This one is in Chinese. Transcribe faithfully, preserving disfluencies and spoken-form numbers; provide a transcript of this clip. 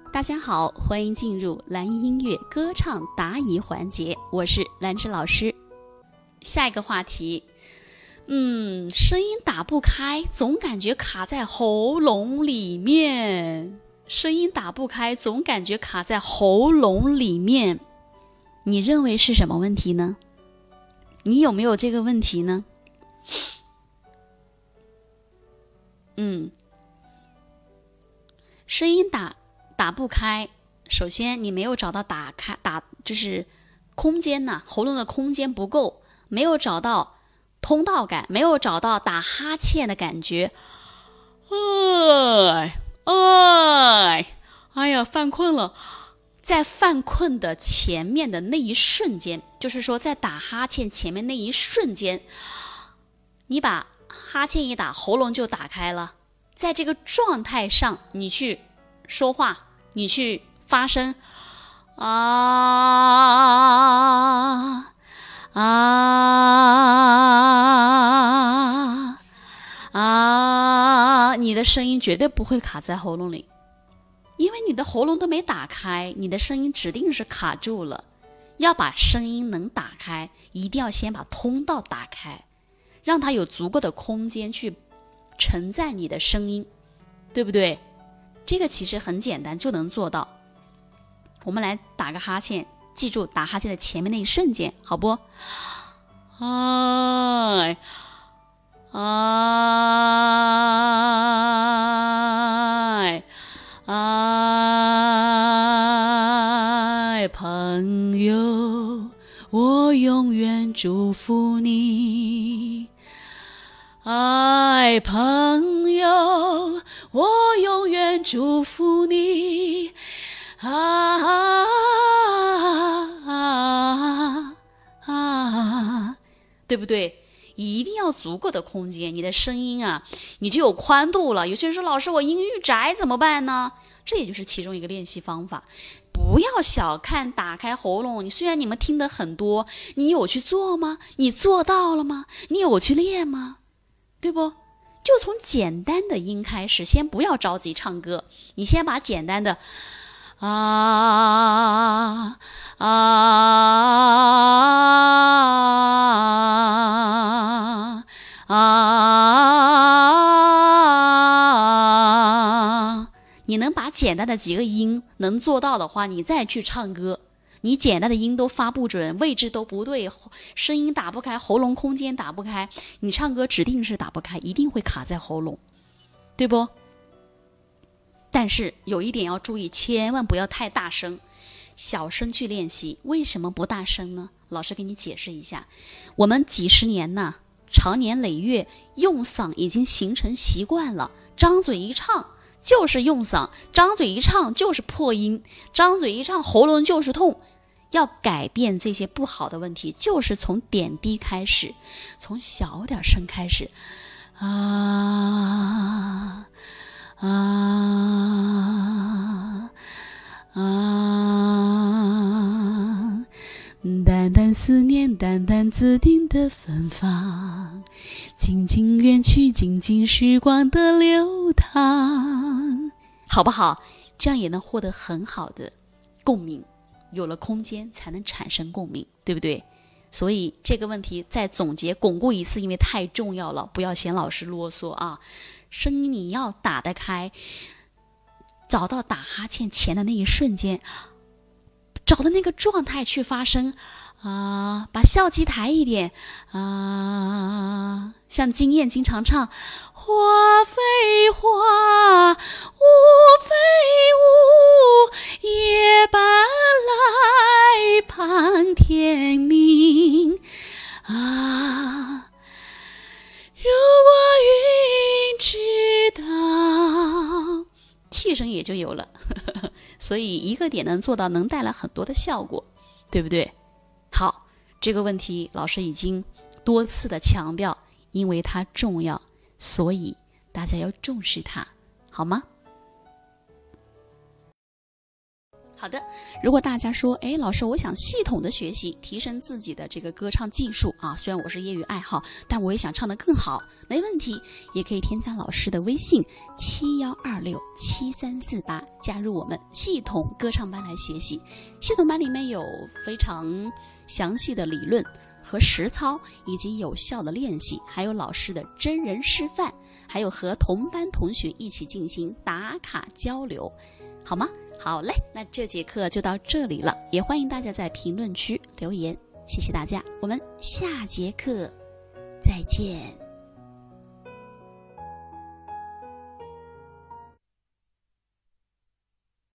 大家好，欢迎进入蓝音音乐歌唱答疑环节，我是兰芝老师。下一个话题，嗯，声音打不开，总感觉卡在喉咙里面。声音打不开，总感觉卡在喉咙里面。你认为是什么问题呢？你有没有这个问题呢？嗯，声音打打不开，首先你没有找到打开打就是空间呐、啊，喉咙的空间不够，没有找到通道感，没有找到打哈欠的感觉。哎哎哎呀，犯困了。在犯困的前面的那一瞬间，就是说在打哈欠前面那一瞬间，你把哈欠一打，喉咙就打开了。在这个状态上，你去说话，你去发声，啊啊啊！你的声音绝对不会卡在喉咙里，因为你的喉咙都没打开，你的声音指定是卡住了。要把声音能打开，一定要先把通道打开，让它有足够的空间去承载你的声音，对不对？这个其实很简单，就能做到。我们来打个哈欠，记住打哈欠的前面那一瞬间，好不？哎哎哎，朋友，我永远祝福你。爱朋友，我永远祝福你。啊啊啊，对不对？一定要足够的空间，你的声音啊，你就有宽度了。有些人说，老师，我音域窄怎么办呢？这也就是其中一个练习方法。不要小看打开喉咙，你虽然你们听得很多，你有去做吗？你做到了吗？你有去练吗？对不？就从简单的音开始，先不要着急唱歌，你先把简单的啊啊啊，你能把简单的几个音能做到的话，你再去唱歌。你简单的音都发不准，位置都不对，声音打不开，喉咙空间打不开，你唱歌指定是打不开，一定会卡在喉咙，对不？但是有一点要注意，千万不要太大声，小声去练习。为什么不大声呢？老师给你解释一下，我们几十年呐，长年累月用嗓已经形成习惯了，张嘴一唱就是用嗓，张嘴一唱就是破音，张嘴一唱喉咙就是痛。要改变这些不好的问题，就是从点滴开始，从小点声开始。啊啊啊！淡淡思念，淡淡自定的芬芳，静静远去，静静时光的流淌，好不好？这样也能获得很好的共鸣。有了空间才能产生共鸣，对不对？所以这个问题再总结巩固一次，因为太重要了，不要嫌老师啰嗦啊。声音你要打得开，找到打哈欠前的那一瞬间，找到那个状态去发声啊，把笑肌抬一点啊，像经验经常唱花非花，雾非雾，夜半来盼天明啊，如果云知道，气声也就有了所以一个点能做到，能带来很多的效果，对不对？好，这个问题老师已经多次的强调，因为它重要，所以大家要重视它，好吗？ 好的，如果大家说，哎，老师，我想系统的学习，提升自己的这个歌唱技术啊，虽然我是业余爱好，但我也想唱得更好，没问题，也可以添加老师的微信七一二六七三四八，加入我们系统歌唱班来学习。系统班里面有非常详细的理论和实操，以及有效的练习，还有老师的真人示范，还有和同班同学一起进行打卡交流，好吗？好嘞，那这节课就到这里了，也欢迎大家在评论区留言，谢谢大家，我们下节课再见。